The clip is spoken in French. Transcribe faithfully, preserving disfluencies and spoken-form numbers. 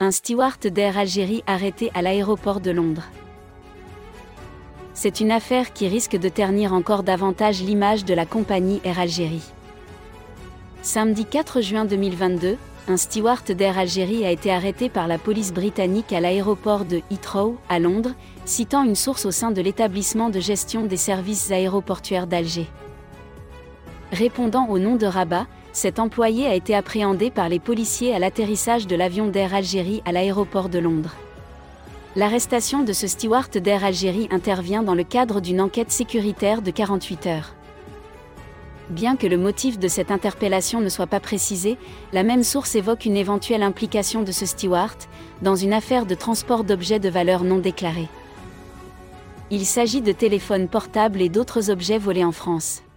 un steward d'Air Algérie arrêté à l'aéroport de Londres. C'est une affaire qui risque de ternir encore davantage l'image de la compagnie Air Algérie. Samedi quatre juin deux mille vingt-deux, un steward d'Air Algérie a été arrêté par la police britannique à l'aéroport de Heathrow, à Londres, citant une source au sein de l'établissement de gestion des services aéroportuaires d'Alger. Répondant au nom de Rabat, cet employé a été appréhendé par les policiers à l'atterrissage de l'avion d'Air Algérie à l'aéroport de Londres. L'arrestation de ce steward d'Air Algérie intervient dans le cadre d'une enquête sécuritaire de quarante-huit heures. Bien que le motif de cette interpellation ne soit pas précisé, la même source évoque une éventuelle implication de ce steward dans une affaire de transport d'objets de valeur non déclarés. Il s'agit de téléphones portables et d'autres objets volés en France.